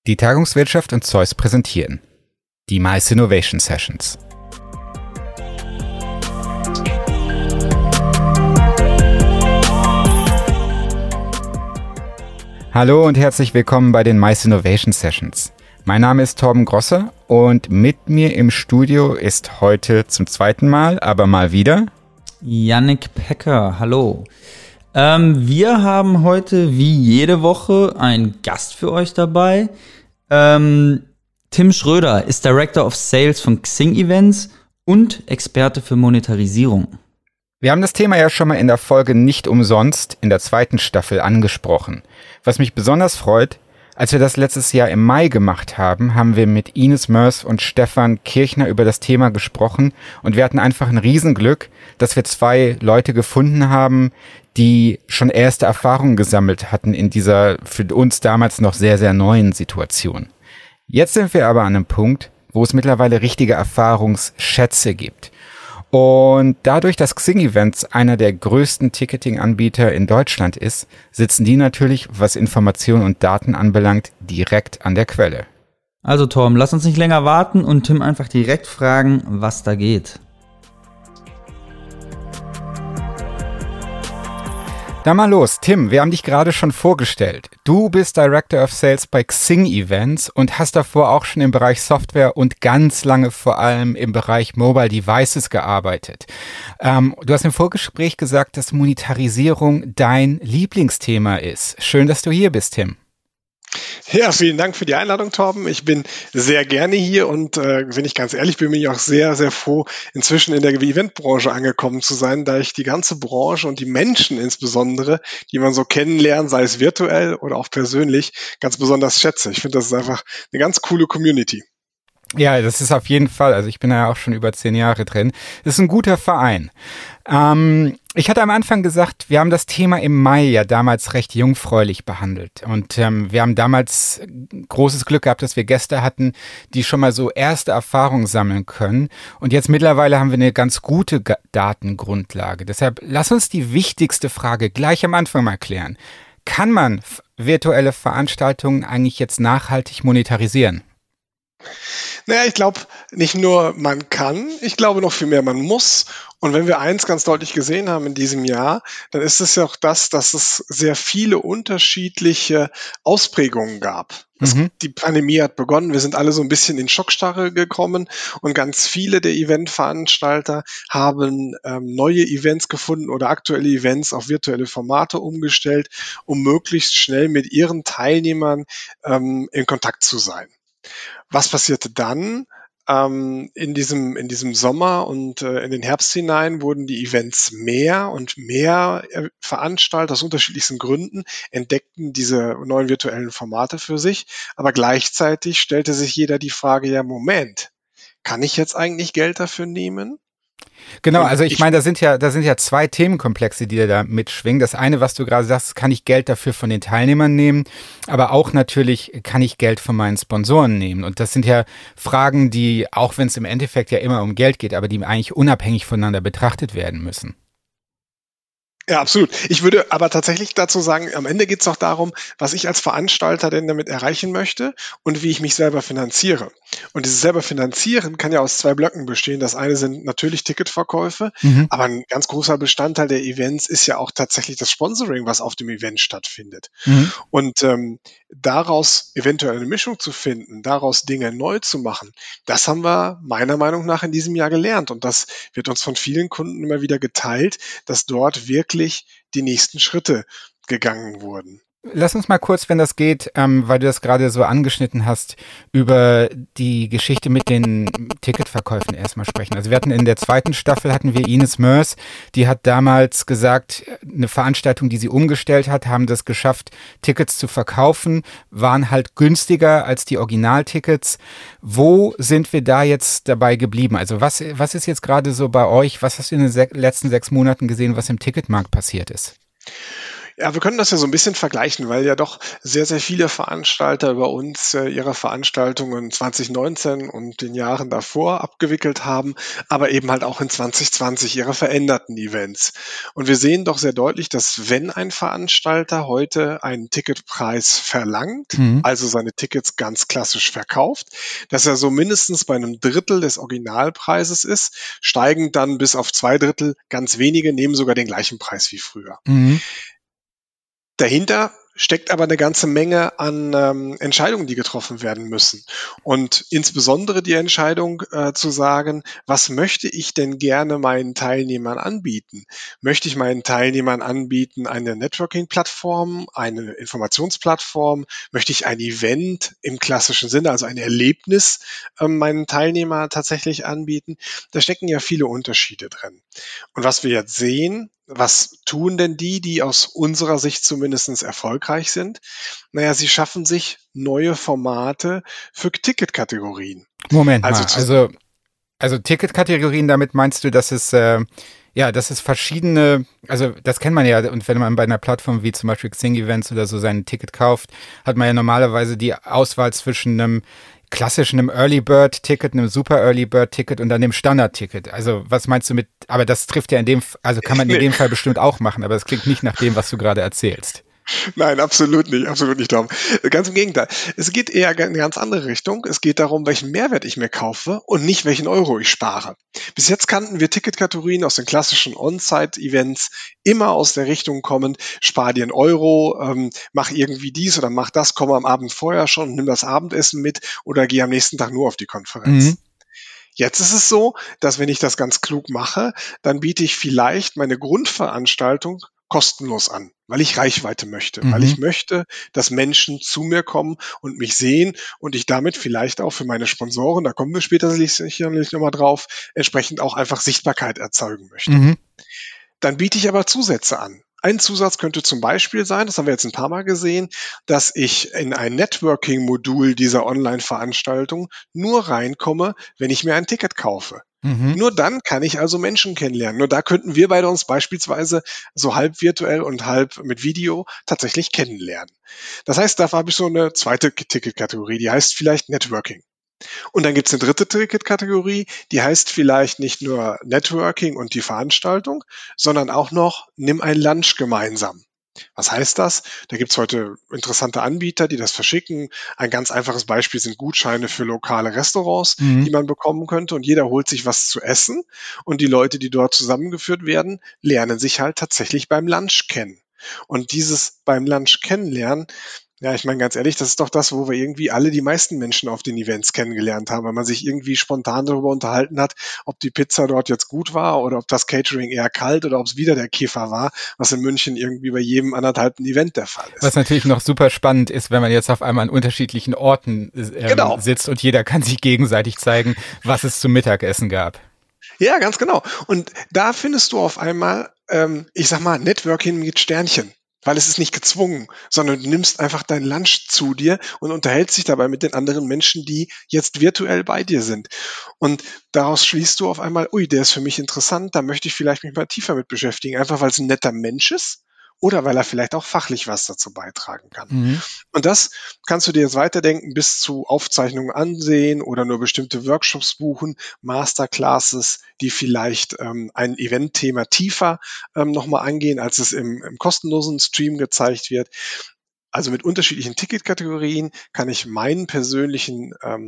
Die Tagungswirtschaft und Zeus präsentieren die MICE Innovation Sessions. Hallo und herzlich willkommen bei den MICE Innovation Sessions. Mein Name ist Torben Grosse und mit mir im Studio ist heute zum zweiten Mal, aber mal wieder Yannick Pecker. Hallo. Wir haben heute wie jede Woche einen Gast für euch dabei. Tim Schröder ist Director of Sales von Xing Events und Experte für Monetarisierung. Wir haben das Thema ja schon mal in der Folge Nicht umsonst in der zweiten Staffel angesprochen. Was mich besonders freut, als wir das letztes Jahr im Mai gemacht haben, haben wir mit Ines Mörs und Stefan Kirchner über das Thema gesprochen und wir hatten einfach ein Riesenglück, dass wir zwei Leute gefunden haben, die schon erste Erfahrungen gesammelt hatten in dieser für uns damals noch sehr, sehr neuen Situation. Jetzt sind wir aber an einem Punkt, wo es mittlerweile richtige Erfahrungsschätze gibt. Und dadurch, dass Xing Events einer der größten Ticketing-Anbieter in Deutschland ist, sitzen die natürlich, was Informationen und Daten anbelangt, direkt an der Quelle. Also Torben, lass uns nicht länger warten und Tim einfach direkt fragen, was da geht. Dann mal los. Tim, wir haben dich gerade schon vorgestellt. Du bist Director of Sales bei Xing Events und hast davor auch schon im Bereich Software und ganz lange vor allem im Bereich Mobile Devices gearbeitet. Du hast im Vorgespräch gesagt, dass Monetarisierung dein Lieblingsthema ist. Schön, dass du hier bist, Tim. Ja, vielen Dank für die Einladung, Torben. Ich bin sehr gerne hier und wenn ich ganz ehrlich bin, bin ich auch sehr, sehr froh, inzwischen in der Eventbranche angekommen zu sein, da ich die ganze Branche und die Menschen insbesondere, die man so kennenlernt, sei es virtuell oder auch persönlich, ganz besonders schätze. Ich finde, das ist einfach eine ganz coole Community. Ja, das ist auf jeden Fall, also ich bin ja auch schon über 10 Jahre drin. Das ist ein guter Verein. Ich hatte am Anfang gesagt, wir haben das Thema im Mai ja damals recht jungfräulich behandelt. Und wir haben damals großes Glück gehabt, dass wir Gäste hatten, die schon mal so erste Erfahrungen sammeln können. Und jetzt mittlerweile haben wir eine ganz gute Datengrundlage. Deshalb lass uns die wichtigste Frage gleich am Anfang mal klären. Kann man virtuelle Veranstaltungen eigentlich jetzt nachhaltig monetarisieren? Naja, ich glaube, nicht nur man kann, ich glaube noch viel mehr man muss. Und wenn wir eins ganz deutlich gesehen haben in diesem Jahr, dann ist es ja auch das, dass es sehr viele unterschiedliche Ausprägungen gab. Die Pandemie hat begonnen, wir sind alle so ein bisschen in Schockstarre gekommen und ganz viele der Eventveranstalter haben neue Events gefunden oder aktuelle Events auf virtuelle Formate umgestellt, um möglichst schnell mit ihren Teilnehmern in Kontakt zu sein. Was passierte dann? In diesem Sommer und in den Herbst hinein wurden die Events mehr und mehr Veranstalter aus unterschiedlichsten Gründen entdeckten diese neuen virtuellen Formate für sich. Aber gleichzeitig stellte sich jeder die Frage, ja Moment, kann ich jetzt eigentlich Geld dafür nehmen? Genau, also ich meine, da sind ja zwei Themenkomplexe, die da mitschwingen. Das eine, was du gerade sagst, kann ich Geld dafür von den Teilnehmern nehmen, aber auch natürlich kann ich Geld von meinen Sponsoren nehmen. Und das sind ja Fragen, die, auch wenn es im Endeffekt ja immer um Geld geht, aber die eigentlich unabhängig voneinander betrachtet werden müssen. Ja, absolut. Ich würde aber tatsächlich dazu sagen, am Ende geht es doch darum, was ich als Veranstalter denn damit erreichen möchte und wie ich mich selber finanziere. Und dieses selber Finanzieren kann ja aus 2 Blöcken bestehen. Das eine sind natürlich Ticketverkäufe, aber ein ganz großer Bestandteil der Events ist ja auch tatsächlich das Sponsoring, was auf dem Event stattfindet. Und daraus eventuell eine Mischung zu finden, daraus Dinge neu zu machen, das haben wir meiner Meinung nach in diesem Jahr gelernt. Und das wird uns von vielen Kunden immer wieder geteilt, dass dort wirklich die nächsten Schritte gegangen wurden. Lass uns mal kurz, wenn das geht, weil du das gerade so angeschnitten hast, über die Geschichte mit den Ticketverkäufen erstmal sprechen. Also wir hatten in der zweiten Staffel Ines Mörs, die hat damals gesagt, eine Veranstaltung, die sie umgestellt hat, haben das geschafft, Tickets zu verkaufen, waren halt günstiger als die Originaltickets. Wo sind wir da jetzt dabei geblieben? Also was ist jetzt gerade so bei euch? Was hast du in den letzten 6 Monaten gesehen, was im Ticketmarkt passiert ist? Ja, wir können das ja so ein bisschen vergleichen, weil ja doch sehr, sehr viele Veranstalter über uns ihre Veranstaltungen 2019 und den Jahren davor abgewickelt haben, aber eben halt auch in 2020 ihre veränderten Events. Und wir sehen doch sehr deutlich, dass wenn ein Veranstalter heute einen Ticketpreis verlangt, also seine Tickets ganz klassisch verkauft, dass er so mindestens bei einem Drittel des Originalpreises ist, steigend dann bis auf 2/3, ganz wenige nehmen sogar den gleichen Preis wie früher. Dahinter steckt aber eine ganze Menge an Entscheidungen, die getroffen werden müssen. Und insbesondere die Entscheidung zu sagen, was möchte ich denn gerne meinen Teilnehmern anbieten? Möchte ich meinen Teilnehmern anbieten eine Networking-Plattform, eine Informationsplattform? Möchte ich ein Event im klassischen Sinne, also ein Erlebnis meinen Teilnehmern tatsächlich anbieten? Da stecken ja viele Unterschiede drin. Und was wir jetzt sehen, was tun denn die aus unserer Sicht zumindest erfolgreich sind? Naja, sie schaffen sich neue Formate für Ticketkategorien. Moment mal, also Ticketkategorien, damit meinst du, dass es dass es verschiedene, also das kennt man ja, und wenn man bei einer Plattform wie zum Beispiel Xing Events oder so sein Ticket kauft, hat man ja normalerweise die Auswahl zwischen einem klassischen, einem Early Bird Ticket, einem Super Early Bird Ticket und dann dem Standard Ticket. Also was meinst du mit, aber das trifft ja also kann man in dem Fall bestimmt auch machen, aber es klingt nicht nach dem, was du gerade erzählst. Nein, absolut nicht, Tom. Ganz im Gegenteil. Es geht eher in eine ganz andere Richtung. Es geht darum, welchen Mehrwert ich mir kaufe und nicht, welchen Euro ich spare. Bis jetzt kannten wir Ticketkategorien aus den klassischen On-Site-Events immer aus der Richtung kommend, spar dir einen Euro, mach irgendwie dies oder mach das, komm am Abend vorher schon und nimm das Abendessen mit oder geh am nächsten Tag nur auf die Konferenz. Jetzt ist es so, dass wenn ich das ganz klug mache, dann biete ich vielleicht meine Grundveranstaltung kostenlos an, weil ich Reichweite möchte, weil ich möchte, dass Menschen zu mir kommen und mich sehen und ich damit vielleicht auch für meine Sponsoren, da kommen wir später sicherlich nochmal drauf, entsprechend auch einfach Sichtbarkeit erzeugen möchte. Dann biete ich aber Zusätze an. Ein Zusatz könnte zum Beispiel sein, das haben wir jetzt ein paar Mal gesehen, dass ich in ein Networking-Modul dieser Online-Veranstaltung nur reinkomme, wenn ich mir ein Ticket kaufe. Nur dann kann ich also Menschen kennenlernen. Nur da könnten wir beide uns beispielsweise so halb virtuell und halb mit Video tatsächlich kennenlernen. Das heißt, da habe ich so eine zweite Ticketkategorie, die heißt vielleicht Networking. Und dann gibt es eine dritte Ticketkategorie, die heißt vielleicht nicht nur Networking und die Veranstaltung, sondern auch noch nimm ein Lunch gemeinsam. Was heißt das? Da gibt es heute interessante Anbieter, die das verschicken. Ein ganz einfaches Beispiel sind Gutscheine für lokale Restaurants, die man bekommen könnte. Und jeder holt sich was zu essen. Und die Leute, die dort zusammengeführt werden, lernen sich halt tatsächlich beim Lunch kennen. Und dieses beim Lunch kennenlernen, ja, ich meine ganz ehrlich, das ist doch das, wo wir irgendwie alle die meisten Menschen auf den Events kennengelernt haben, weil man sich irgendwie spontan darüber unterhalten hat, ob die Pizza dort jetzt gut war oder ob das Catering eher kalt oder ob es wieder der Kiffer war, was in München irgendwie bei jedem anderthalben Event der Fall ist. Was natürlich noch super spannend ist, wenn man jetzt auf einmal an unterschiedlichen Orten sitzt und jeder kann sich gegenseitig zeigen, was es zum Mittagessen gab. Ja, ganz genau. Und da findest du auf einmal, ich sag mal, Networking mit Sternchen. Weil es ist nicht gezwungen, sondern du nimmst einfach dein Lunch zu dir und unterhältst dich dabei mit den anderen Menschen, die jetzt virtuell bei dir sind. Und daraus schließt du auf einmal, ui, der ist für mich interessant, da möchte ich vielleicht mich mal tiefer mit beschäftigen, einfach weil es ein netter Mensch ist oder weil er vielleicht auch fachlich was dazu beitragen kann. Und das kannst du dir jetzt weiterdenken, bis zu Aufzeichnungen ansehen oder nur bestimmte Workshops buchen, Masterclasses, die vielleicht ein Eventthema tiefer nochmal angehen, als es im kostenlosen Stream gezeigt wird. Also mit unterschiedlichen Ticketkategorien kann ich meinen persönlichen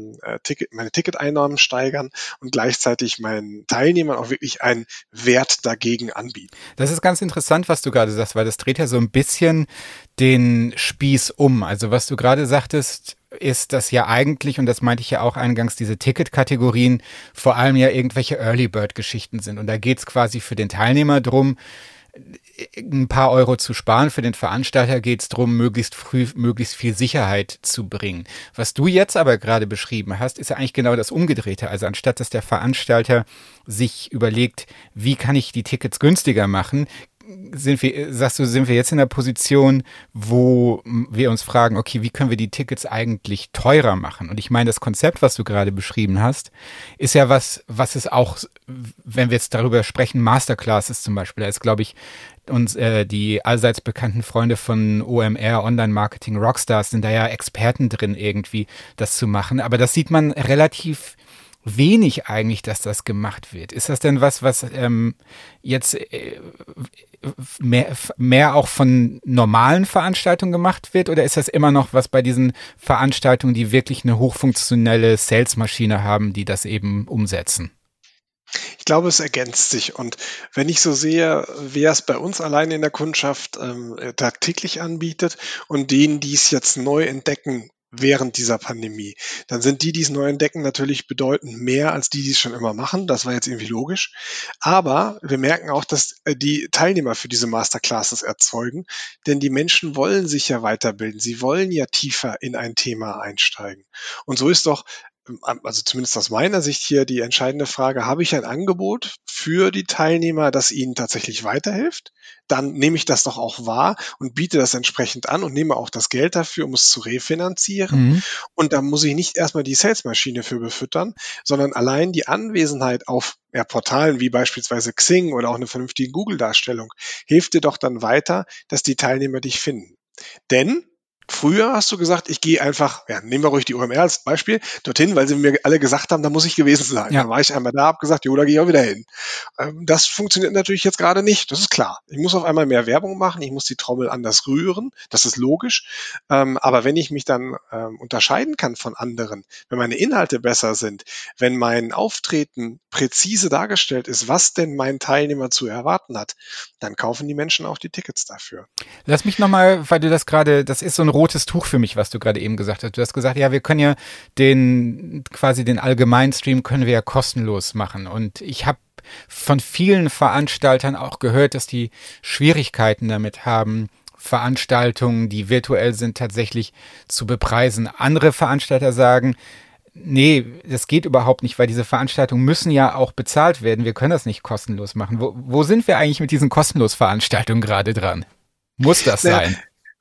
meine Ticketeinnahmen steigern und gleichzeitig meinen Teilnehmern auch wirklich einen Wert dagegen anbieten. Das ist ganz interessant, was du gerade sagst, weil das dreht ja so ein bisschen den Spieß um. Also was du gerade sagtest, ist das ja eigentlich, und das meinte ich ja auch eingangs, diese Ticketkategorien vor allem ja irgendwelche Early Bird Geschichten sind. Und da geht es quasi für den Teilnehmer drum, ein paar Euro zu sparen. Für den Veranstalter geht es darum, möglichst früh, möglichst viel Sicherheit zu bringen. Was du jetzt aber gerade beschrieben hast, ist ja eigentlich genau das Umgedrehte. Also anstatt, dass der Veranstalter sich überlegt, wie kann ich die Tickets günstiger machen, sind wir jetzt in der Position, wo wir uns fragen, okay, wie können wir die Tickets eigentlich teurer machen? Und ich meine, das Konzept, was du gerade beschrieben hast, ist ja was es auch, wenn wir jetzt darüber sprechen, Masterclasses zum Beispiel, da ist, glaube ich, uns die allseits bekannten Freunde von OMR, Online-Marketing, Rockstars, sind da ja Experten drin, irgendwie das zu machen. Aber das sieht man relativ wenig eigentlich, dass das gemacht wird. Ist das denn was jetzt mehr auch von normalen Veranstaltungen gemacht wird, oder ist das immer noch was bei diesen Veranstaltungen, die wirklich eine hochfunktionelle Salesmaschine haben, die das eben umsetzen? Ich glaube, es ergänzt sich. Und wenn ich so sehe, wer es bei uns alleine in der Kundschaft tagtäglich anbietet und denen, die es jetzt neu entdecken während dieser Pandemie, dann sind die, die es neu entdecken, natürlich bedeutend mehr als die, die es schon immer machen. Das war jetzt irgendwie logisch. Aber wir merken auch, dass die Teilnehmer für diese Masterclasses erzeugen, denn die Menschen wollen sich ja weiterbilden. Sie wollen ja tiefer in ein Thema einsteigen. Und so ist doch, also zumindest aus meiner Sicht hier die entscheidende Frage: Habe ich ein Angebot für die Teilnehmer, das ihnen tatsächlich weiterhilft? Dann nehme ich das doch auch wahr und biete das entsprechend an und nehme auch das Geld dafür, um es zu refinanzieren. Mhm. Und da muss ich nicht erstmal die Salesmaschine für befüttern, sondern allein die Anwesenheit auf Portalen wie beispielsweise Xing oder auch eine vernünftige Google-Darstellung hilft dir doch dann weiter, dass die Teilnehmer dich finden. Denn früher hast du gesagt, ich gehe einfach, nehmen wir ruhig die OMR als Beispiel, dorthin, weil sie mir alle gesagt haben, da muss ich gewesen sein. Ja. Dann war ich einmal da, habe gesagt, jo, da gehe ich auch wieder hin. Das funktioniert natürlich jetzt gerade nicht, das ist klar. Ich muss auf einmal mehr Werbung machen, ich muss die Trommel anders rühren, das ist logisch. Aber wenn ich mich dann unterscheiden kann von anderen, wenn meine Inhalte besser sind, wenn mein Auftreten präzise dargestellt ist, was denn mein Teilnehmer zu erwarten hat, dann kaufen die Menschen auch die Tickets dafür. Lass mich nochmal, weil du das gerade, das ist so ein rotes Tuch für mich, was du gerade eben gesagt hast. Du hast gesagt, ja, wir können ja den Allgemeinstream können wir ja kostenlos machen. Und ich habe von vielen Veranstaltern auch gehört, dass die Schwierigkeiten damit haben, Veranstaltungen, die virtuell sind, tatsächlich zu bepreisen. Andere Veranstalter sagen, nee, das geht überhaupt nicht, weil diese Veranstaltungen müssen ja auch bezahlt werden. Wir können das nicht kostenlos machen. Wo sind wir eigentlich mit diesen kostenlos Veranstaltungen gerade dran? Muss das sein?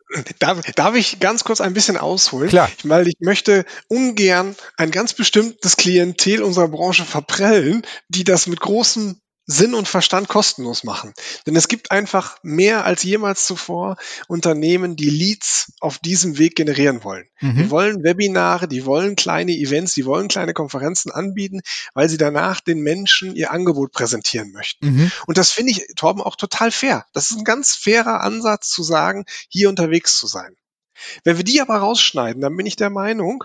Darf ich ganz kurz ein bisschen ausholen? Klar. Weil ich möchte ungern ein ganz bestimmtes Klientel unserer Branche verprellen, die das mit großem Sinn und Verstand kostenlos machen. Denn es gibt einfach mehr als jemals zuvor Unternehmen, die Leads auf diesem Weg generieren wollen. Mhm. Die wollen Webinare, die wollen kleine Events, die wollen kleine Konferenzen anbieten, weil sie danach den Menschen ihr Angebot präsentieren möchten. Mhm. Und das finde ich, Torben, auch total fair. Das ist ein ganz fairer Ansatz zu sagen, hier unterwegs zu sein. Wenn wir die aber rausschneiden, dann bin ich der Meinung,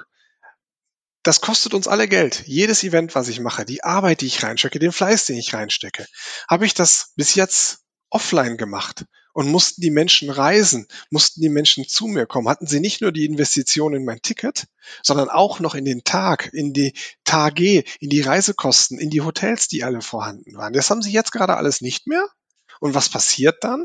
das kostet uns alle Geld. Jedes Event, was ich mache, die Arbeit, die ich reinstecke, den Fleiß, den ich reinstecke, habe ich das bis jetzt offline gemacht. Und mussten die Menschen reisen, mussten die Menschen zu mir kommen, hatten sie nicht nur die Investition in mein Ticket, sondern auch noch in den Tag, in die Tage, in die Reisekosten, in die Hotels, die alle vorhanden waren. Das haben sie jetzt gerade alles nicht mehr. Und was passiert dann?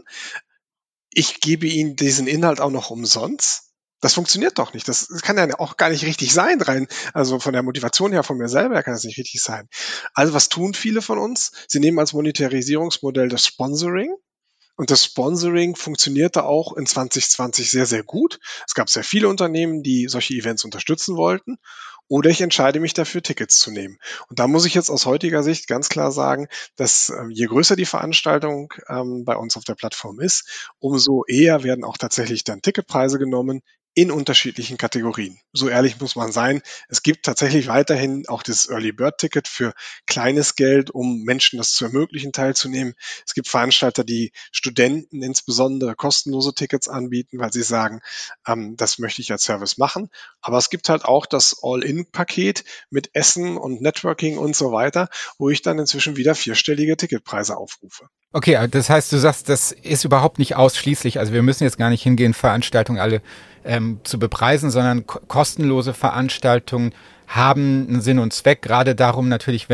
Ich gebe ihnen diesen Inhalt auch noch umsonst. Das funktioniert doch nicht. Das kann ja auch gar nicht richtig sein, also von der Motivation her, von mir selber kann das nicht richtig sein. Also was tun viele von uns? Sie nehmen als Monetarisierungsmodell das Sponsoring. Und das Sponsoring funktionierte auch in 2020 sehr, sehr gut. Es gab sehr viele Unternehmen, die solche Events unterstützen wollten. Oder ich entscheide mich dafür, Tickets zu nehmen. Und da muss ich jetzt aus heutiger Sicht ganz klar sagen, dass je größer die Veranstaltung bei uns auf der Plattform ist, umso eher werden auch tatsächlich dann Ticketpreise genommen in unterschiedlichen Kategorien. So ehrlich muss man sein. Es gibt tatsächlich weiterhin auch das Early Bird Ticket für kleines Geld, um Menschen das zu ermöglichen, teilzunehmen. Es gibt Veranstalter, die Studenten insbesondere kostenlose Tickets anbieten, weil sie sagen, das möchte ich als Service machen. Aber es gibt halt auch das All-In-Paket mit Essen und Networking und so weiter, wo ich dann inzwischen wieder 4-stellige Ticketpreise aufrufe. Okay, das heißt, du sagst, das ist überhaupt nicht ausschließlich, also wir müssen jetzt gar nicht hingehen, Veranstaltungen alle zu bepreisen, sondern kostenlose Veranstaltungen haben einen Sinn und Zweck, gerade darum natürlich,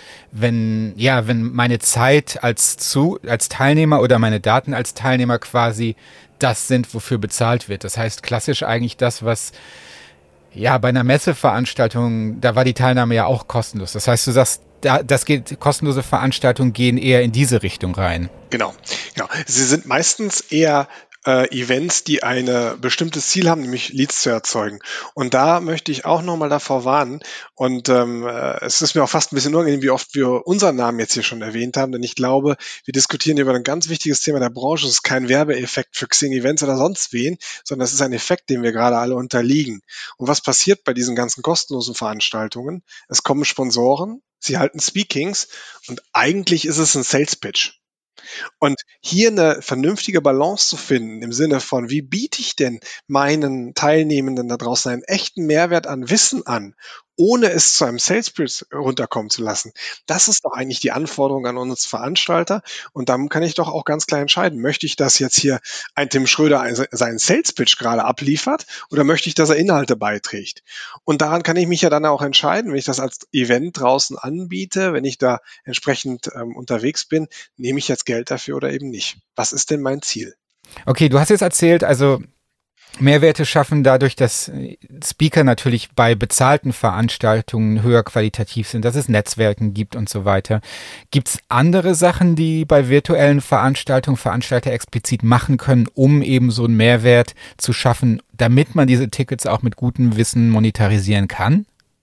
wenn meine Zeit als Teilnehmer oder meine Daten als Teilnehmer quasi das sind, wofür bezahlt wird. Das heißt klassisch eigentlich das, was bei einer Messeveranstaltung, da war die Teilnahme ja auch kostenlos. Das heißt, du sagst, kostenlose Veranstaltungen gehen eher in diese Richtung rein. Genau. Sie sind meistens eher Events, die ein bestimmtes Ziel haben, nämlich Leads zu erzeugen. Und da möchte ich auch nochmal davor warnen. Und es ist mir auch fast ein bisschen unangenehm, wie oft wir unseren Namen jetzt hier schon erwähnt haben, denn ich glaube, wir diskutieren hier über ein ganz wichtiges Thema der Branche. Es ist kein Werbeeffekt für Xing Events oder sonst wen, sondern es ist ein Effekt, dem wir gerade alle unterliegen. Und was passiert bei diesen ganzen kostenlosen Veranstaltungen? Es kommen Sponsoren, sie halten Speakings und eigentlich ist es ein Sales Pitch. Und hier eine vernünftige Balance zu finden im Sinne von, wie biete ich denn meinen Teilnehmenden da draußen einen echten Mehrwert an Wissen an, ohne es zu einem Sales Pitch runterkommen zu lassen. Das ist doch eigentlich die Anforderung an uns Veranstalter. Und dann kann ich doch auch ganz klar entscheiden, möchte ich, dass jetzt hier ein Tim Schröder seinen Sales Pitch gerade abliefert oder möchte ich, dass er Inhalte beiträgt? Und daran kann ich mich ja dann auch entscheiden, wenn ich das als Event draußen anbiete, wenn ich da entsprechend unterwegs bin, nehme ich jetzt Geld dafür oder eben nicht. Was ist denn mein Ziel? Okay, du hast jetzt erzählt, also Mehrwerte schaffen dadurch, dass Speaker natürlich bei bezahlten Veranstaltungen höher qualitativ sind, dass es Netzwerken gibt und so weiter. Gibt es andere Sachen, die bei virtuellen Veranstaltungen Veranstalter explizit machen können, um eben so einen Mehrwert zu schaffen, damit man diese Tickets auch mit gutem Wissen monetarisieren kann?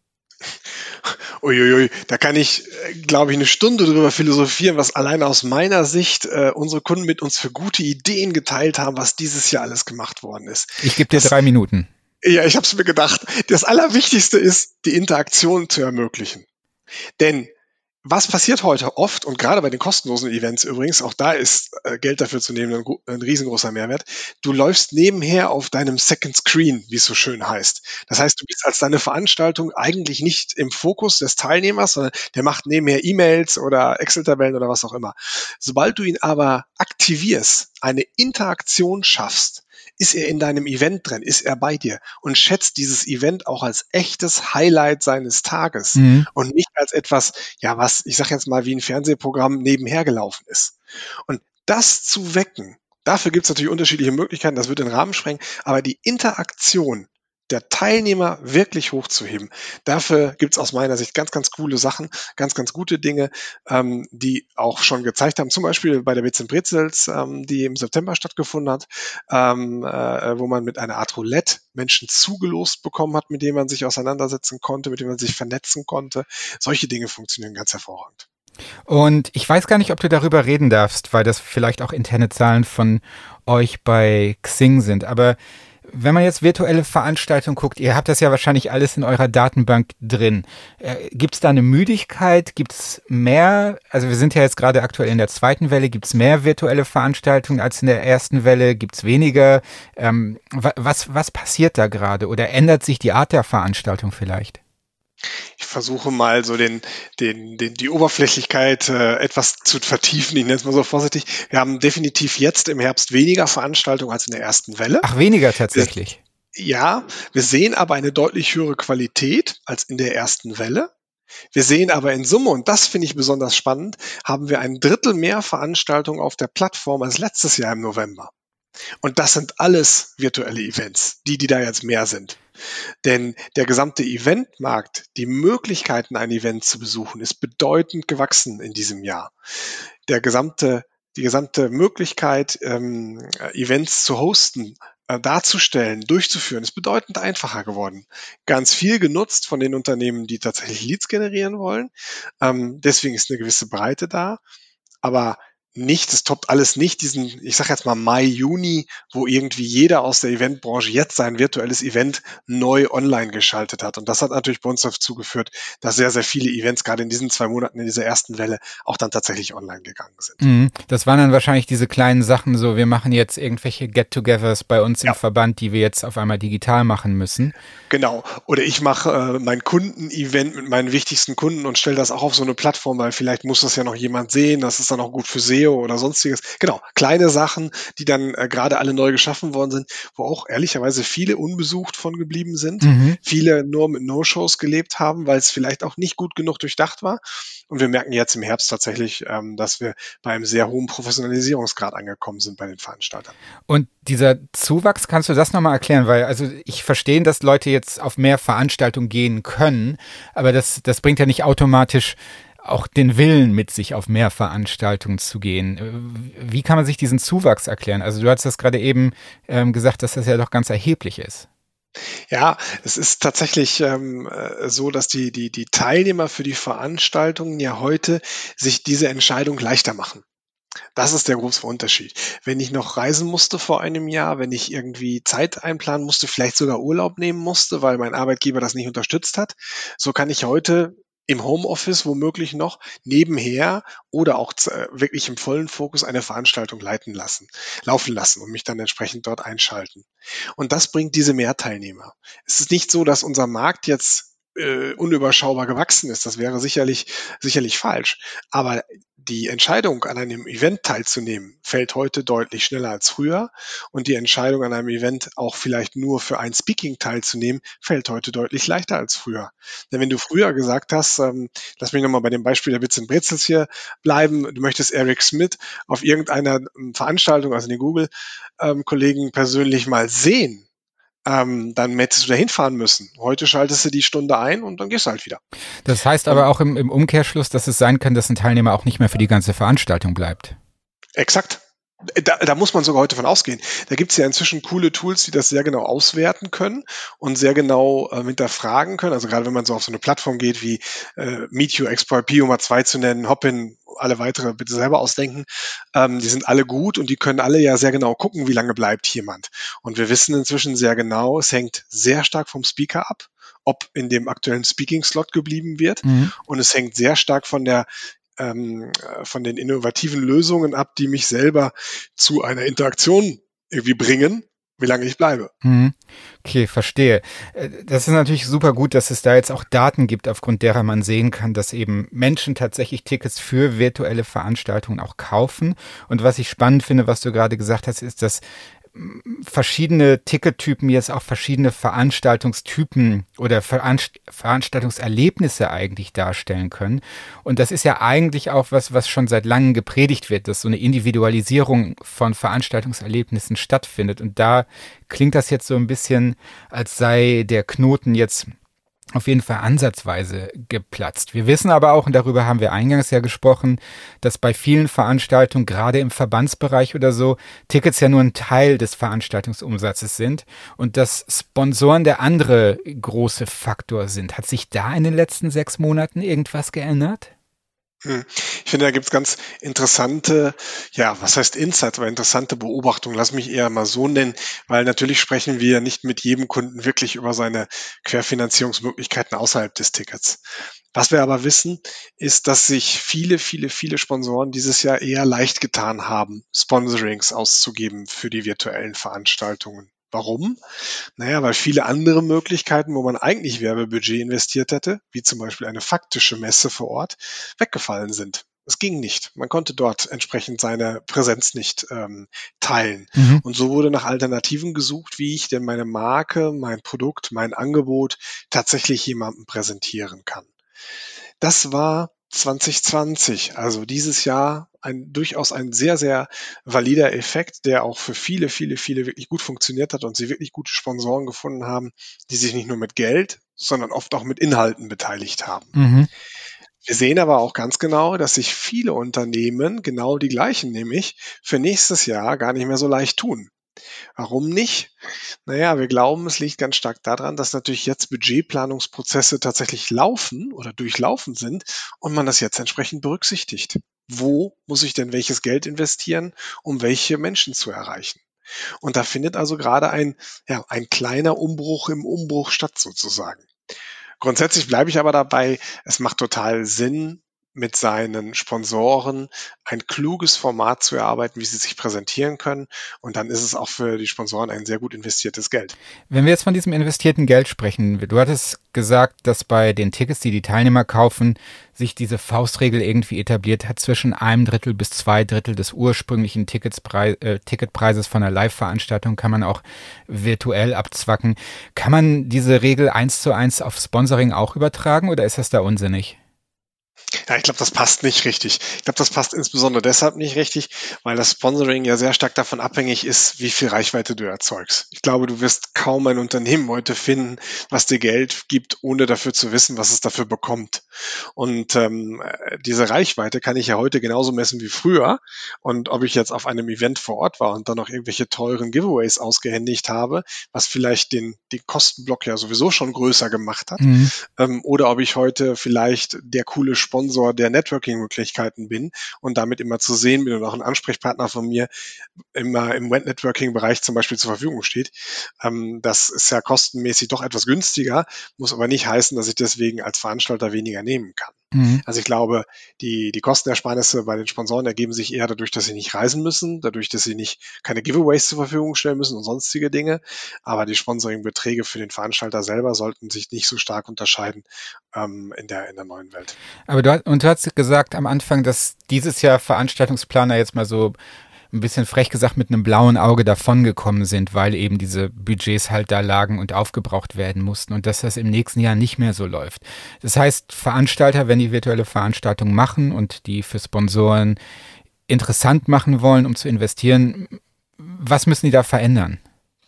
Uiuiui, da kann ich, glaube ich, eine Stunde drüber philosophieren, was alleine aus meiner Sicht unsere Kunden mit uns für gute Ideen geteilt haben, was dieses Jahr alles gemacht worden ist. Ich gebe dir 3 Minuten. Ja, ich habe es mir gedacht. Das Allerwichtigste ist, die Interaktion zu ermöglichen. Denn was passiert heute oft, und gerade bei den kostenlosen Events übrigens, auch da ist Geld dafür zu nehmen ein riesengroßer Mehrwert, du läufst nebenher auf deinem Second Screen, wie es so schön heißt. Das heißt, du bist als deine Veranstaltung eigentlich nicht im Fokus des Teilnehmers, sondern der macht nebenher E-Mails oder Excel-Tabellen oder was auch immer. Sobald du ihn aber aktivierst, eine Interaktion schaffst, ist er in deinem Event drin, ist er bei dir und schätzt dieses Event auch als echtes Highlight seines Tages und nicht als etwas, ja, was, ich sage jetzt mal, wie ein Fernsehprogramm nebenher gelaufen ist. Und das zu wecken, dafür gibt es natürlich unterschiedliche Möglichkeiten, das wird den Rahmen sprengen, aber die Interaktion der Teilnehmer wirklich hochzuheben. Dafür gibt's aus meiner Sicht ganz, ganz coole Sachen, ganz, ganz gute Dinge, die auch schon gezeigt haben, zum Beispiel bei der Bits & Brezels, die im September stattgefunden hat, wo man mit einer Art Roulette Menschen zugelost bekommen hat, mit denen man sich auseinandersetzen konnte, mit denen man sich vernetzen konnte. Solche Dinge funktionieren ganz hervorragend. Und ich weiß gar nicht, ob du darüber reden darfst, weil das vielleicht auch interne Zahlen von euch bei Xing sind, aber wenn man jetzt virtuelle Veranstaltungen guckt, ihr habt das ja wahrscheinlich alles in eurer Datenbank drin. Gibt es da eine Müdigkeit? Gibt es mehr? Also wir sind ja jetzt gerade aktuell in der zweiten Welle. Gibt es mehr virtuelle Veranstaltungen als in der ersten Welle? Gibt es weniger? Was passiert da gerade? Oder ändert sich die Art der Veranstaltung vielleicht? Ich versuche mal so die Oberflächlichkeit etwas zu vertiefen, ich nenne es mal so vorsichtig. Wir haben definitiv jetzt im Herbst weniger Veranstaltungen als in der ersten Welle. Ach, weniger tatsächlich? Ja, wir sehen aber eine deutlich höhere Qualität als in der ersten Welle. Wir sehen aber in Summe, und das finde ich besonders spannend, haben wir 1/3 mehr Veranstaltungen auf der Plattform als letztes Jahr im November. Und das sind alles virtuelle Events, die da jetzt mehr sind. Denn der gesamte Eventmarkt, die Möglichkeiten, ein Event zu besuchen, ist bedeutend gewachsen in diesem Jahr. Die gesamte Möglichkeit, Events zu hosten, darzustellen, durchzuführen, ist bedeutend einfacher geworden. Ganz viel genutzt von den Unternehmen, die tatsächlich Leads generieren wollen. Deswegen ist eine gewisse Breite da. Aber es toppt alles nicht diesen, ich sage jetzt mal Mai, Juni, wo irgendwie jeder aus der Eventbranche jetzt sein virtuelles Event neu online geschaltet hat. Und das hat natürlich bei uns dazu geführt, dass sehr, sehr viele Events gerade in diesen 2 Monaten in dieser ersten Welle auch dann tatsächlich online gegangen sind. Das waren dann wahrscheinlich diese kleinen Sachen, so wir machen jetzt irgendwelche Get-togethers bei uns im Verband, die wir jetzt auf einmal digital machen müssen. Genau. Oder ich mache mein Kunden-Event mit meinen wichtigsten Kunden und stelle das auch auf so eine Plattform, weil vielleicht muss das ja noch jemand sehen, das ist dann auch gut für SEO oder sonstiges. Genau, kleine Sachen, die dann gerade alle neu geschaffen worden sind, wo auch ehrlicherweise viele unbesucht von geblieben sind, viele nur mit No-Shows gelebt haben, weil es vielleicht auch nicht gut genug durchdacht war. Und wir merken jetzt im Herbst tatsächlich, dass wir bei einem sehr hohen Professionalisierungsgrad angekommen sind bei den Veranstaltern. Und dieser Zuwachs, kannst du das nochmal erklären? Weil, also ich verstehe, dass Leute jetzt auf mehr Veranstaltungen gehen können, aber das bringt ja nicht automatisch auch den Willen mit sich, auf mehr Veranstaltungen zu gehen. Wie kann man sich diesen Zuwachs erklären? Also du hast das gerade eben gesagt, dass das ja doch ganz erheblich ist. Ja, es ist tatsächlich so, dass die Teilnehmer für die Veranstaltungen ja heute sich diese Entscheidung leichter machen. Das ist der große Unterschied. Wenn ich noch reisen musste vor einem Jahr, wenn ich irgendwie Zeit einplanen musste, vielleicht sogar Urlaub nehmen musste, weil mein Arbeitgeber das nicht unterstützt hat, so kann ich heute im Homeoffice womöglich noch nebenher oder auch wirklich im vollen Fokus eine Veranstaltung laufen lassen und mich dann entsprechend dort einschalten. Und das bringt diese Mehrteilnehmer. Es ist nicht so, dass unser Markt jetzt unüberschaubar gewachsen ist. Das wäre sicherlich falsch. Aber die Entscheidung, an einem Event teilzunehmen, fällt heute deutlich schneller als früher. Und die Entscheidung, an einem Event auch vielleicht nur für ein Speaking teilzunehmen, fällt heute deutlich leichter als früher. Denn wenn du früher gesagt hast, lass mich nochmal bei dem Beispiel der Bits and Brezels hier bleiben, du möchtest Eric Schmidt auf irgendeiner Veranstaltung, also den Google-Kollegen persönlich mal sehen, dann hättest du da hinfahren müssen. Heute schaltest du die Stunde ein und dann gehst du halt wieder. Das heißt aber auch im Umkehrschluss, dass es sein kann, dass ein Teilnehmer auch nicht mehr für die ganze Veranstaltung bleibt. Exakt. Da muss man sogar heute von ausgehen. Da gibt es ja inzwischen coole Tools, die das sehr genau auswerten können und sehr genau hinterfragen können. Also gerade wenn man so auf so eine Plattform geht wie Meet.io, XPRP, um mal 2 zu nennen, Hopin, alle weitere bitte selber ausdenken. Die sind alle gut und die können alle ja sehr genau gucken, wie lange bleibt jemand. Und wir wissen inzwischen sehr genau, es hängt sehr stark vom Speaker ab, ob in dem aktuellen Speaking-Slot geblieben wird. Und es hängt sehr stark von den innovativen Lösungen ab, die mich selber zu einer Interaktion irgendwie bringen, wie lange ich bleibe. Okay, verstehe. Das ist natürlich super gut, dass es da jetzt auch Daten gibt, aufgrund derer man sehen kann, dass eben Menschen tatsächlich Tickets für virtuelle Veranstaltungen auch kaufen. Und was ich spannend finde, was du gerade gesagt hast, ist, dass verschiedene Tickettypen jetzt auch verschiedene Veranstaltungstypen oder Veranstaltungserlebnisse eigentlich darstellen können. Und das ist ja eigentlich auch was schon seit langem gepredigt wird, dass so eine Individualisierung von Veranstaltungserlebnissen stattfindet. Und da klingt das jetzt so ein bisschen, als sei der Knoten jetzt auf jeden Fall ansatzweise geplatzt. Wir wissen aber auch, und darüber haben wir eingangs ja gesprochen, dass bei vielen Veranstaltungen, gerade im Verbandsbereich oder so, Tickets ja nur ein Teil des Veranstaltungsumsatzes sind und dass Sponsoren der andere große Faktor sind. Hat sich da in den letzten 6 Monaten irgendwas geändert? Ich finde, da gibt's ganz interessante, ja, was heißt Insights, aber interessante Beobachtungen. Lass mich eher mal so nennen, weil natürlich sprechen wir nicht mit jedem Kunden wirklich über seine Querfinanzierungsmöglichkeiten außerhalb des Tickets. Was wir aber wissen, ist, dass sich viele Sponsoren dieses Jahr eher leicht getan haben, Sponsorings auszugeben für die virtuellen Veranstaltungen. Warum? Naja, weil viele andere Möglichkeiten, wo man eigentlich Werbebudget investiert hätte, wie zum Beispiel eine faktische Messe vor Ort, weggefallen sind. Es ging nicht. Man konnte dort entsprechend seine Präsenz nicht teilen. Und so wurde nach Alternativen gesucht, wie ich denn meine Marke, mein Produkt, mein Angebot tatsächlich jemandem präsentieren kann. Das war 2020, also dieses Jahr durchaus ein sehr, sehr valider Effekt, der auch für viele wirklich gut funktioniert hat und sie wirklich gute Sponsoren gefunden haben, die sich nicht nur mit Geld, sondern oft auch mit Inhalten beteiligt haben. Wir sehen aber auch ganz genau, dass sich viele Unternehmen, genau die gleichen nämlich, für nächstes Jahr gar nicht mehr so leicht tun. Warum nicht? Naja, wir glauben, es liegt ganz stark daran, dass natürlich jetzt Budgetplanungsprozesse tatsächlich laufen oder durchlaufen sind und man das jetzt entsprechend berücksichtigt. Wo muss ich denn welches Geld investieren, um welche Menschen zu erreichen? Und da findet also gerade ein kleiner Umbruch im Umbruch statt sozusagen. Grundsätzlich bleibe ich aber dabei, es macht total Sinn, mit seinen Sponsoren ein kluges Format zu erarbeiten, wie sie sich präsentieren können. Und dann ist es auch für die Sponsoren ein sehr gut investiertes Geld. Wenn wir jetzt von diesem investierten Geld sprechen, du hattest gesagt, dass bei den Tickets, die die Teilnehmer kaufen, sich diese Faustregel irgendwie etabliert hat, zwischen 1/3 bis 2/3 des ursprünglichen Ticketpreises von einer Live-Veranstaltung kann man auch virtuell abzwacken. Kann man diese Regel 1:1 auf Sponsoring auch übertragen oder ist das da unsinnig? Ja, ich glaube, das passt nicht richtig. Ich glaube, das passt insbesondere deshalb nicht richtig, weil das Sponsoring ja sehr stark davon abhängig ist, wie viel Reichweite du erzeugst. Ich glaube, du wirst kaum ein Unternehmen heute finden, was dir Geld gibt, ohne dafür zu wissen, was es dafür bekommt. Und diese Reichweite kann ich ja heute genauso messen wie früher. Und ob ich jetzt auf einem Event vor Ort war und dann noch irgendwelche teuren Giveaways ausgehändigt habe, was vielleicht den Kostenblock ja sowieso schon größer gemacht hat, oder ob ich heute vielleicht der coole Sponsor der Networking-Möglichkeiten bin und damit immer zu sehen bin und auch ein Ansprechpartner von mir immer im Web-Networking-Bereich zum Beispiel zur Verfügung steht. Das ist ja kostenmäßig doch etwas günstiger, muss aber nicht heißen, dass ich deswegen als Veranstalter weniger nehmen kann. Also ich glaube, die Kostenersparnisse bei den Sponsoren ergeben sich eher dadurch, dass sie nicht reisen müssen, dadurch, dass sie nicht keine Giveaways zur Verfügung stellen müssen und sonstige Dinge. Aber die Sponsoringbeträge für den Veranstalter selber sollten sich nicht so stark unterscheiden in der neuen Welt. Aber du hast gesagt am Anfang, dass dieses Jahr Veranstaltungsplaner jetzt mal so ein bisschen frech gesagt mit einem blauen Auge davongekommen sind, weil eben diese Budgets halt da lagen und aufgebraucht werden mussten und dass das im nächsten Jahr nicht mehr so läuft. Das heißt, Veranstalter, wenn die virtuelle Veranstaltungen machen und die für Sponsoren interessant machen wollen, um zu investieren, was müssen die da verändern?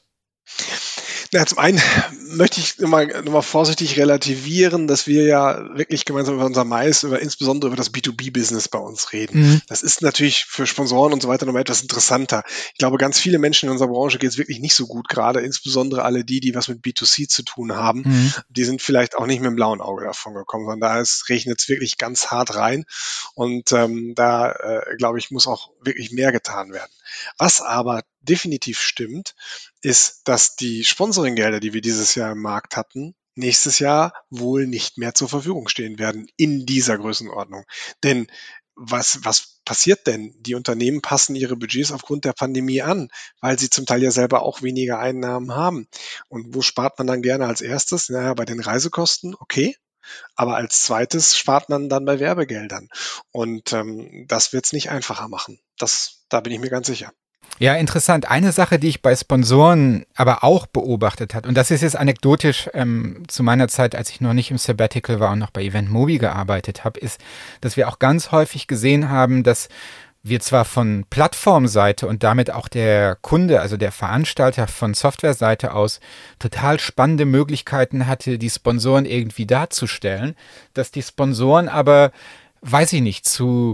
Ja, zum einen möchte ich nochmal vorsichtig relativieren, dass wir ja wirklich gemeinsam über unser Mais, insbesondere über das B2B-Business bei uns reden. Das ist natürlich für Sponsoren und so weiter nochmal etwas interessanter. Ich glaube, ganz viele Menschen in unserer Branche geht es wirklich nicht so gut gerade, insbesondere alle die was mit B2C zu tun haben. Die sind vielleicht auch nicht mit dem blauen Auge davon gekommen, sondern da regnet es wirklich ganz hart rein und glaube ich, muss auch wirklich mehr getan werden. Was aber definitiv stimmt, ist, dass die Sponsoringgelder, die wir dieses Jahr im Markt hatten, nächstes Jahr wohl nicht mehr zur Verfügung stehen werden in dieser Größenordnung. Denn was passiert denn? Die Unternehmen passen ihre Budgets aufgrund der Pandemie an, weil sie zum Teil ja selber auch weniger Einnahmen haben. Und wo spart man dann gerne als erstes? Naja, bei den Reisekosten, okay. Aber als zweites spart man dann bei Werbegeldern. Und das wird es nicht einfacher machen. Da bin ich mir ganz sicher. Ja, interessant. Eine Sache, die ich bei Sponsoren aber auch beobachtet habe, und das ist jetzt anekdotisch zu meiner Zeit, als ich noch nicht im Sabbatical war und noch bei Eventmobi gearbeitet habe, ist, dass wir auch ganz häufig gesehen haben, dass wir zwar von Plattformseite und damit auch der Kunde, also der Veranstalter von Softwareseite aus, total spannende Möglichkeiten hatte, die Sponsoren irgendwie darzustellen, dass die Sponsoren aber, weiß ich nicht,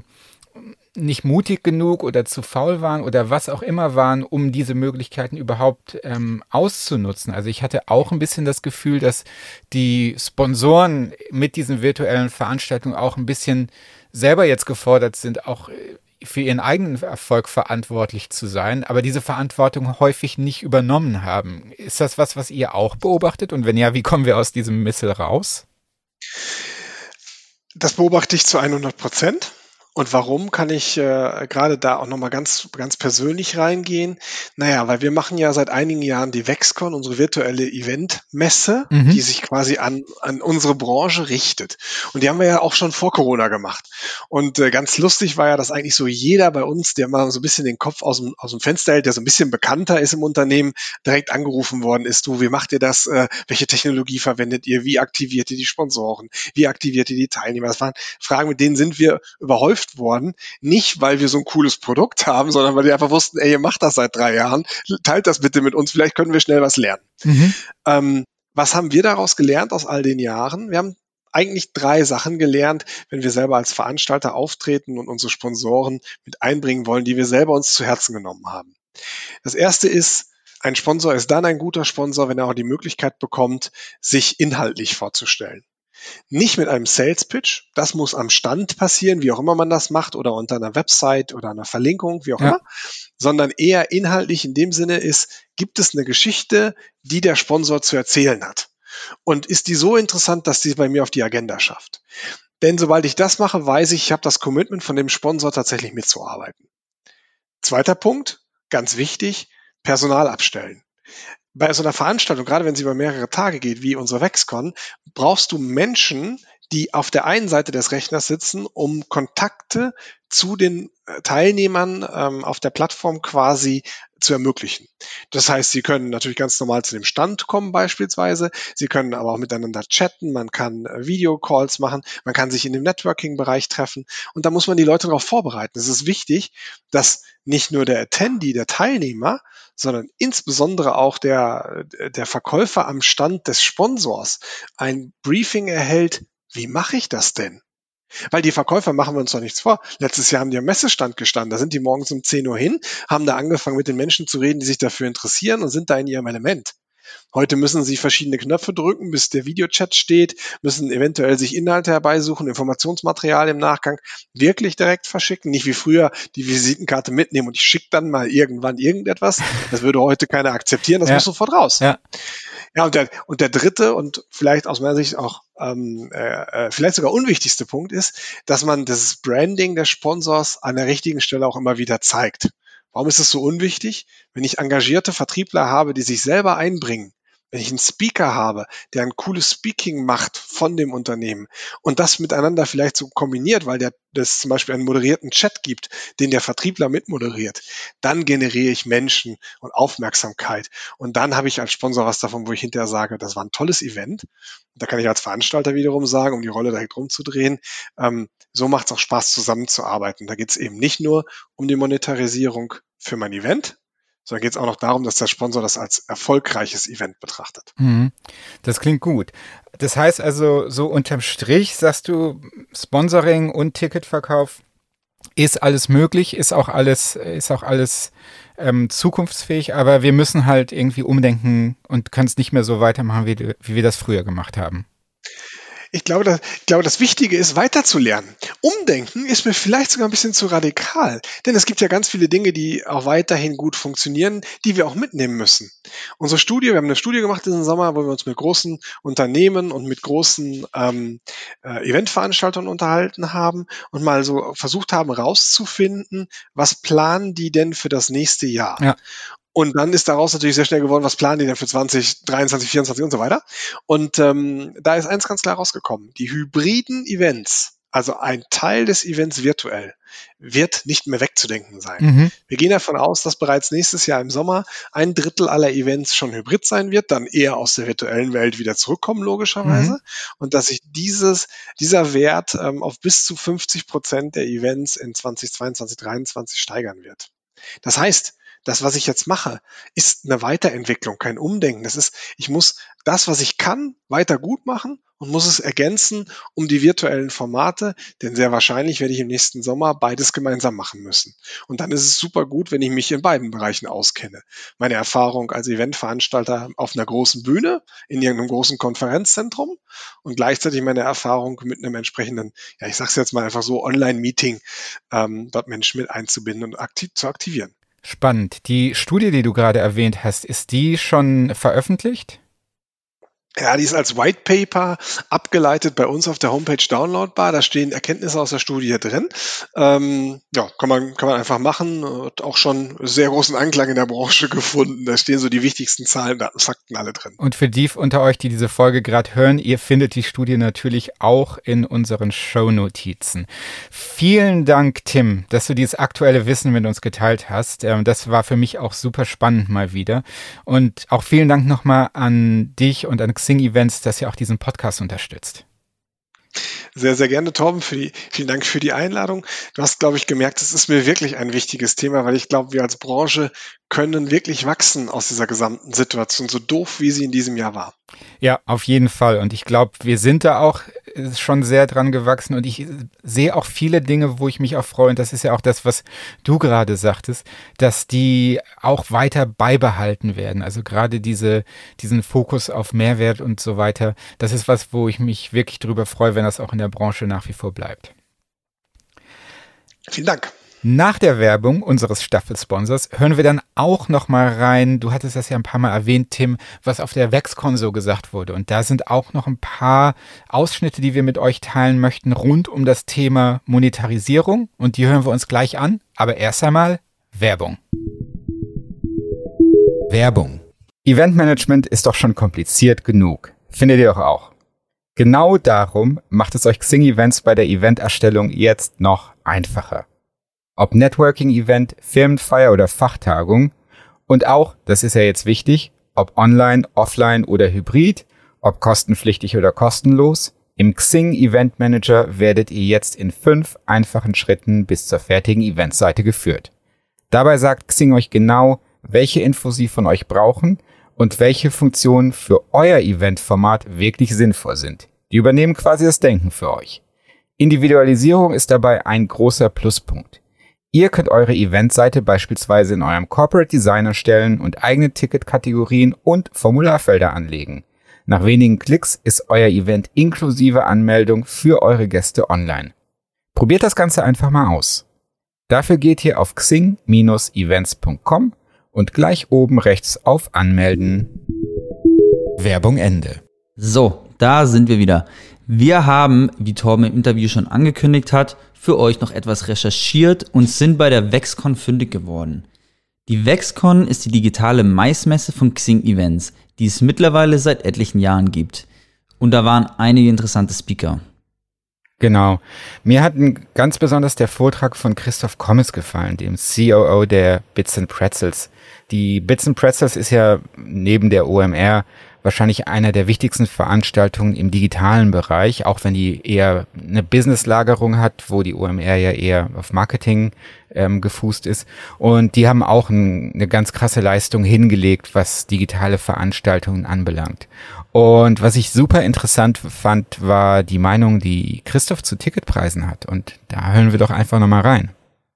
nicht mutig genug oder zu faul waren oder was auch immer waren, um diese Möglichkeiten überhaupt auszunutzen. Also ich hatte auch ein bisschen das Gefühl, dass die Sponsoren mit diesen virtuellen Veranstaltungen auch ein bisschen selber jetzt gefordert sind, auch für ihren eigenen Erfolg verantwortlich zu sein, aber diese Verantwortung häufig nicht übernommen haben. Ist das was ihr auch beobachtet? Und wenn ja, wie kommen wir aus diesem Missel raus? Das beobachte ich zu 100%. Und warum kann ich gerade da auch nochmal ganz, ganz persönlich reingehen? Naja, weil wir machen ja seit einigen Jahren die VexCon, unsere virtuelle Eventmesse, die sich quasi an unsere Branche richtet. Und die haben wir ja auch schon vor Corona gemacht. Und ganz lustig war ja, dass eigentlich so jeder bei uns, der mal so ein bisschen den Kopf aus dem Fenster hält, der so ein bisschen bekannter ist im Unternehmen, direkt angerufen worden ist. Du, wie macht ihr das? Welche Technologie verwendet ihr? Wie aktiviert ihr die Sponsoren? Wie aktiviert ihr die Teilnehmer? Das waren Fragen, mit denen sind wir überhäuft worden. Nicht, weil wir so ein cooles Produkt haben, sondern weil die einfach wussten, ey, ihr macht das seit 3 Jahren, teilt das bitte mit uns, vielleicht können wir schnell was lernen. Was haben wir daraus gelernt aus all den Jahren? Wir haben eigentlich 3 Sachen gelernt, wenn wir selber als Veranstalter auftreten und unsere Sponsoren mit einbringen wollen, die wir selber uns zu Herzen genommen haben. Das erste ist, ein Sponsor ist dann ein guter Sponsor, wenn er auch die Möglichkeit bekommt, sich inhaltlich vorzustellen. Nicht mit einem Sales Pitch, das muss am Stand passieren, wie auch immer man das macht, oder unter einer Website oder einer Verlinkung, wie auch immer, sondern eher inhaltlich in dem Sinne ist, gibt es eine Geschichte, die der Sponsor zu erzählen hat? Und ist die so interessant, dass die bei mir auf die Agenda schafft? Denn sobald ich das mache, weiß ich habe das Commitment von dem Sponsor tatsächlich mitzuarbeiten. Zweiter Punkt, ganz wichtig, Personal abstellen. Bei so einer Veranstaltung, gerade wenn sie über mehrere Tage geht, wie unsere VexCon, brauchst du Menschen, die auf der einen Seite des Rechners sitzen, um Kontakte zu den Teilnehmern auf der Plattform quasi zu ermöglichen. Das heißt, Sie können natürlich ganz normal zu dem Stand kommen beispielsweise, Sie können aber auch miteinander chatten, man kann Videocalls machen, man kann sich in dem Networking-Bereich treffen und da muss man die Leute darauf vorbereiten. Es ist wichtig, dass nicht nur der Attendee, der Teilnehmer, sondern insbesondere auch der Verkäufer am Stand des Sponsors ein Briefing erhält, wie mache ich das denn? Weil die Verkäufer, machen wir uns doch nichts vor. Letztes Jahr haben die am Messestand gestanden. Da sind die morgens um 10 Uhr hin, haben da angefangen mit den Menschen zu reden, die sich dafür interessieren und sind da in ihrem Element. Heute müssen sie verschiedene Knöpfe drücken, bis der Videochat steht, müssen eventuell sich Inhalte herbeisuchen, Informationsmaterial im Nachgang wirklich direkt verschicken. Nicht wie früher die Visitenkarte mitnehmen und ich schicke dann mal irgendwann irgendetwas. Das würde heute keiner akzeptieren. Das muss sofort raus. Ja. Ja, und der dritte und vielleicht aus meiner Sicht auch vielleicht sogar unwichtigste Punkt ist, dass man das Branding des Sponsors an der richtigen Stelle auch immer wieder zeigt. Warum ist es so unwichtig? Wenn ich engagierte Vertriebler habe, die sich selber einbringen, wenn ich einen Speaker habe, der ein cooles Speaking macht von dem Unternehmen und das miteinander vielleicht so kombiniert, weil das zum Beispiel einen moderierten Chat gibt, den der Vertriebler mitmoderiert, dann generiere ich Menschen und Aufmerksamkeit. Und dann habe ich als Sponsor was davon, wo ich hinterher sage, das war ein tolles Event. Und da kann ich als Veranstalter wiederum sagen, um die Rolle direkt rumzudrehen, so macht es auch Spaß, zusammenzuarbeiten. Da geht es eben nicht nur um die Monetarisierung für mein Event, sondern geht es auch noch darum, dass der Sponsor das als erfolgreiches Event betrachtet. Das klingt gut. Das heißt also, so unterm Strich sagst du, Sponsoring und Ticketverkauf ist alles möglich, ist auch alles zukunftsfähig, aber wir müssen halt irgendwie umdenken und können es nicht mehr so weitermachen, wie wir das früher gemacht haben. Ich glaube, das Wichtige ist, weiterzulernen. Umdenken ist mir vielleicht sogar ein bisschen zu radikal, denn es gibt ja ganz viele Dinge, die auch weiterhin gut funktionieren, die wir auch mitnehmen müssen. Wir haben eine Studie gemacht diesen Sommer, wo wir uns mit großen Unternehmen und mit großen Eventveranstaltern unterhalten haben und mal so versucht haben, rauszufinden, was planen die denn für das nächste Jahr? Ja. Und dann ist daraus natürlich sehr schnell geworden, was planen die denn für 2023, 2024 und so weiter. Und da ist eins ganz klar rausgekommen. Die hybriden Events, also ein Teil des Events virtuell, wird nicht mehr wegzudenken sein. Wir gehen davon aus, dass bereits nächstes Jahr im Sommer 1/3 aller Events schon hybrid sein wird, dann eher aus der virtuellen Welt wieder zurückkommen, logischerweise. Und dass sich dieser Wert auf bis zu 50% der Events in 2022, 2023 steigern wird. Das heißt, das, was ich jetzt mache, ist eine Weiterentwicklung, kein Umdenken. Ich muss das, was ich kann, weiter gut machen und muss es ergänzen um die virtuellen Formate, denn sehr wahrscheinlich werde ich im nächsten Sommer beides gemeinsam machen müssen. Und dann ist es super gut, wenn ich mich in beiden Bereichen auskenne. Meine Erfahrung als Eventveranstalter auf einer großen Bühne, in irgendeinem großen Konferenzzentrum und gleichzeitig meine Erfahrung mit einem entsprechenden, ja, ich sage es jetzt mal einfach so, Online-Meeting, dort Menschen mit einzubinden und zu aktivieren. Spannend. Die Studie, die du gerade erwähnt hast, ist die schon veröffentlicht? Ja, die ist als White Paper abgeleitet bei uns auf der Homepage downloadbar. Da stehen Erkenntnisse aus der Studie drin. Ja, kann man einfach machen. Hat auch schon sehr großen Anklang in der Branche gefunden. Da stehen so die wichtigsten Zahlen, Daten, Fakten alle drin. Und für die unter euch, die diese Folge gerade hören, ihr findet die Studie natürlich auch in unseren Shownotizen. Vielen Dank, Tim, dass du dieses aktuelle Wissen mit uns geteilt hast. Das war für mich auch super spannend mal wieder. Und auch vielen Dank nochmal an dich und an Xing Events, dass ihr auch diesen Podcast unterstützt. Sehr, sehr gerne, Torben. Vielen Dank für die Einladung. Du hast, glaube ich, gemerkt, es ist mir wirklich ein wichtiges Thema, weil ich glaube, wir als Branche können wirklich wachsen aus dieser gesamten Situation, so doof, wie sie in diesem Jahr war. Ja, auf jeden Fall. Und ich glaube, wir sind da auch schon sehr dran gewachsen und ich sehe auch viele Dinge, wo ich mich auch freue. Und das ist ja auch das, was du gerade sagtest, dass die auch weiter beibehalten werden. Also gerade diesen Fokus auf Mehrwert und so weiter. Das ist was, wo ich mich wirklich drüber freue, wenn das auch in der Branche nach wie vor bleibt. Vielen Dank. Nach der Werbung unseres Staffelsponsors hören wir dann auch noch mal rein, du hattest das ja ein paar Mal erwähnt, Tim, was auf der WexCon so gesagt wurde. Und da sind auch noch ein paar Ausschnitte, die wir mit euch teilen möchten, rund um das Thema Monetarisierung. Und die hören wir uns gleich an. Aber erst einmal Werbung. Werbung. Eventmanagement ist doch schon kompliziert genug. Findet ihr doch auch. Genau darum macht es euch Xing Events bei der Eventerstellung jetzt noch einfacher. Ob Networking-Event, Firmenfeier oder Fachtagung, Und auch, das ist ja jetzt wichtig, ob online, offline oder hybrid, ob kostenpflichtig oder kostenlos, im Xing Event Manager werdet ihr jetzt in 5 einfachen Schritten bis zur fertigen Eventseite geführt. Dabei sagt Xing euch genau, welche Infos sie von euch brauchen und welche Funktionen für euer Eventformat wirklich sinnvoll sind. Die übernehmen quasi das Denken für euch. Individualisierung ist dabei ein großer Pluspunkt. Ihr könnt eure Eventseite beispielsweise in eurem Corporate Design erstellen und eigene Ticketkategorien und Formularfelder anlegen. Nach wenigen Klicks ist euer Event inklusive Anmeldung für eure Gäste online. Probiert das Ganze einfach mal aus. Dafür geht ihr auf xing-events.com und gleich oben rechts auf Anmelden. Werbung Ende. So, da sind wir wieder. Wir haben, wie Torben im Interview schon angekündigt hat, für euch noch etwas recherchiert und sind bei der VexCon fündig geworden. Die VexCon ist die digitale Maismesse von Xing Events, die es mittlerweile seit etlichen Jahren gibt. Und da waren einige interessante Speaker. Genau. Mir hat ganz besonders der Vortrag von Christoph Kommes gefallen, dem COO der Bits & Pretzels. Die Bits & Pretzels ist ja neben der OMR wahrscheinlich einer der wichtigsten Veranstaltungen im digitalen Bereich, auch wenn die eher eine Business-Lagerung hat, wo die OMR ja eher auf Marketing gefußt ist. Und die haben auch eine ganz krasse Leistung hingelegt, was digitale Veranstaltungen anbelangt. Und was ich super interessant fand, war die Meinung, die Christoph zu Ticketpreisen hat. Und da hören wir doch einfach nochmal rein.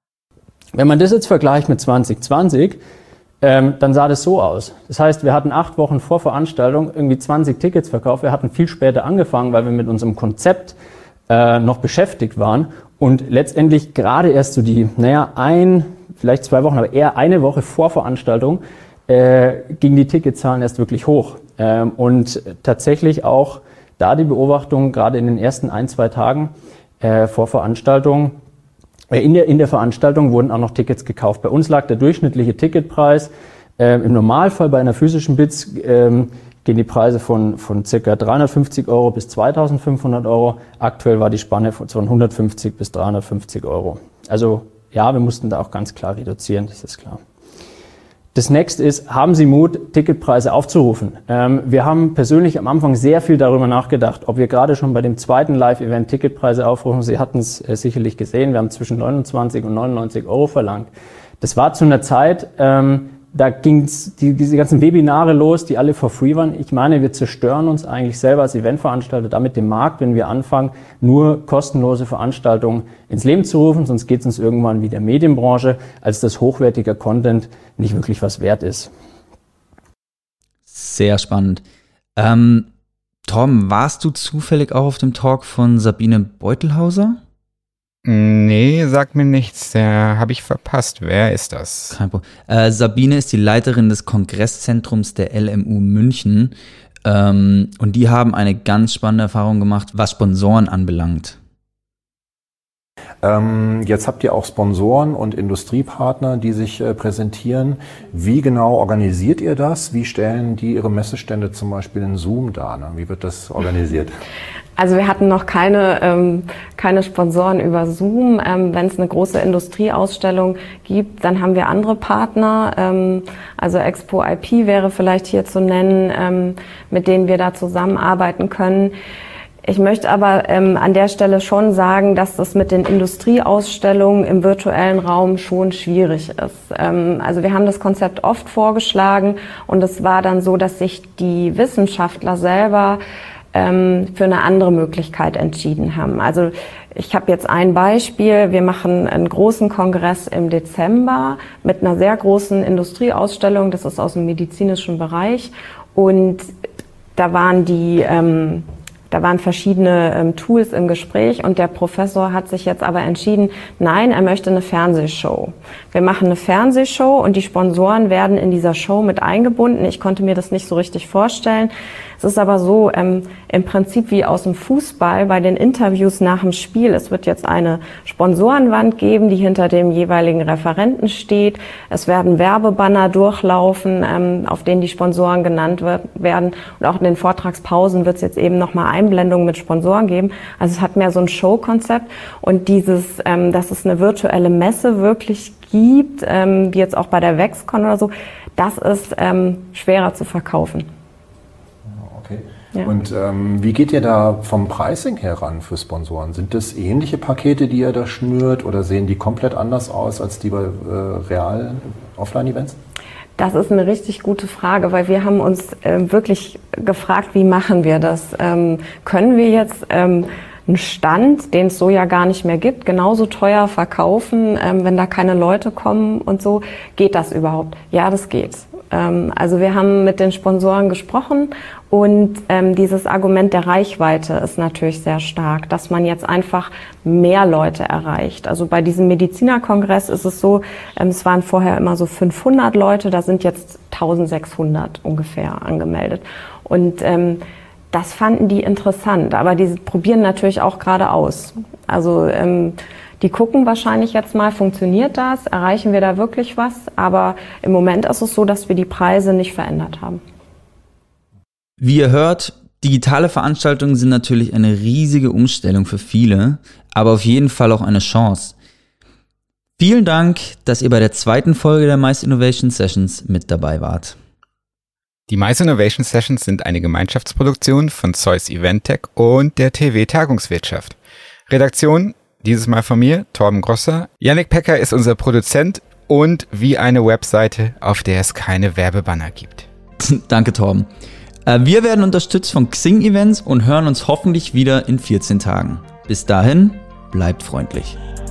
Wenn man das jetzt vergleicht mit 2020, dann sah das so aus. Das heißt, wir hatten 8 Wochen vor Veranstaltung irgendwie 20 Tickets verkauft. Wir hatten viel später angefangen, weil wir mit unserem Konzept noch beschäftigt waren. Und letztendlich gerade erst so vielleicht 2 Wochen, aber eher eine Woche vor Veranstaltung gingen die Ticketzahlen erst wirklich hoch. Und tatsächlich auch da die Beobachtung, gerade in den ersten 1-2 Tagen vor Veranstaltung, in der Veranstaltung wurden auch noch Tickets gekauft. Bei uns lag der durchschnittliche Ticketpreis im Normalfall bei einer physischen BITS gehen die Preise von ca. 350 € bis 2.500 €. Aktuell war die Spanne von 150 bis 350 €. Also ja, wir mussten da auch ganz klar reduzieren, das ist klar. Das nächste ist, haben Sie Mut, Ticketpreise aufzurufen? Wir haben persönlich am Anfang sehr viel darüber nachgedacht, ob wir gerade schon bei dem zweiten Live-Event Ticketpreise aufrufen. Sie hatten es sicherlich gesehen, wir haben zwischen 29 und 99 € verlangt. Das war zu einer Zeit, da ging diese ganzen Webinare los, die alle for free waren. Ich meine, wir zerstören uns eigentlich selber als Eventveranstalter damit den Markt, wenn wir anfangen, nur kostenlose Veranstaltungen ins Leben zu rufen, sonst geht es uns irgendwann wie der Medienbranche, als dass hochwertiger Content nicht wirklich was wert ist. Sehr spannend. Tom, warst du zufällig auch auf dem Talk von Sabine Beutelhauser? Nee, sagt mir nichts. Habe ich verpasst. Wer ist das? Kein Problem. Sabine ist die Leiterin des Kongresszentrums der LMU München. Und die haben eine ganz spannende Erfahrung gemacht, was Sponsoren anbelangt. Jetzt habt ihr auch Sponsoren und Industriepartner, die sich präsentieren. Wie genau organisiert ihr das? Wie stellen die ihre Messestände zum Beispiel in Zoom dar? Ne? Wie wird das organisiert? Also wir hatten noch keine Sponsoren über Zoom. Wenn es eine große Industrieausstellung gibt, dann haben wir andere Partner. Also Expo IP wäre vielleicht hier zu nennen, mit denen wir da zusammenarbeiten können. Ich möchte aber an der Stelle schon sagen, dass das mit den Industrieausstellungen im virtuellen Raum schon schwierig ist. Also wir haben das Konzept oft vorgeschlagen und es war dann so, dass sich die Wissenschaftler selber für eine andere Möglichkeit entschieden haben. Also ich habe jetzt ein Beispiel. Wir machen einen großen Kongress im Dezember mit einer sehr großen Industrieausstellung. Das ist aus dem medizinischen Bereich und da waren verschiedene Tools im Gespräch und der Professor hat sich jetzt aber entschieden, nein, er möchte eine Fernsehshow. Wir machen eine Fernsehshow und die Sponsoren werden in dieser Show mit eingebunden. Ich konnte mir das nicht so richtig vorstellen. Es ist aber so, im Prinzip wie aus dem Fußball bei den Interviews nach dem Spiel. Es wird jetzt eine Sponsorenwand geben, die hinter dem jeweiligen Referenten steht. Es werden Werbebanner durchlaufen, auf denen die Sponsoren genannt werden. Und auch in den Vortragspausen wird es jetzt eben nochmal Einblendungen mit Sponsoren geben. Also es hat mehr so ein Showkonzept. Und dass es eine virtuelle Messe wirklich gibt, wie jetzt auch bei der Wexcon oder so, das ist schwerer zu verkaufen. Okay. Ja. Und wie geht ihr da vom Pricing her ran für Sponsoren? Sind das ähnliche Pakete, die ihr da schnürt, oder sehen die komplett anders aus als die bei realen Offline-Events? Das ist eine richtig gute Frage, weil wir haben uns wirklich gefragt, wie machen wir das? Können wir jetzt einen Stand, den es so ja gar nicht mehr gibt, genauso teuer verkaufen, wenn da keine Leute kommen und so? Geht das überhaupt? Ja, das geht. Also wir haben mit den Sponsoren gesprochen und dieses Argument der Reichweite ist natürlich sehr stark, dass man jetzt einfach mehr Leute erreicht. Also bei diesem Medizinerkongress ist es so, es waren vorher immer so 500 Leute, da sind jetzt 1600 ungefähr angemeldet. Und das fanden die interessant, aber die probieren natürlich auch gerade aus. Also die gucken wahrscheinlich jetzt mal, funktioniert das, erreichen wir da wirklich was? Aber im Moment ist es so, dass wir die Preise nicht verändert haben. Wie ihr hört, digitale Veranstaltungen sind natürlich eine riesige Umstellung für viele, aber auf jeden Fall auch eine Chance. Vielen Dank, dass ihr bei der zweiten Folge der Mice Innovation Sessions mit dabei wart. Die Mice Innovation Sessions sind eine Gemeinschaftsproduktion von Zeus Eventtech und der TW Tagungswirtschaft. Redaktion dieses Mal von mir, Torben Grosser. Yannick Pecker ist unser Produzent und wie eine Webseite, auf der es keine Werbebanner gibt. Danke, Torben. Wir werden unterstützt von Xing Events und hören uns hoffentlich wieder in 14 Tagen. Bis dahin, bleibt freundlich.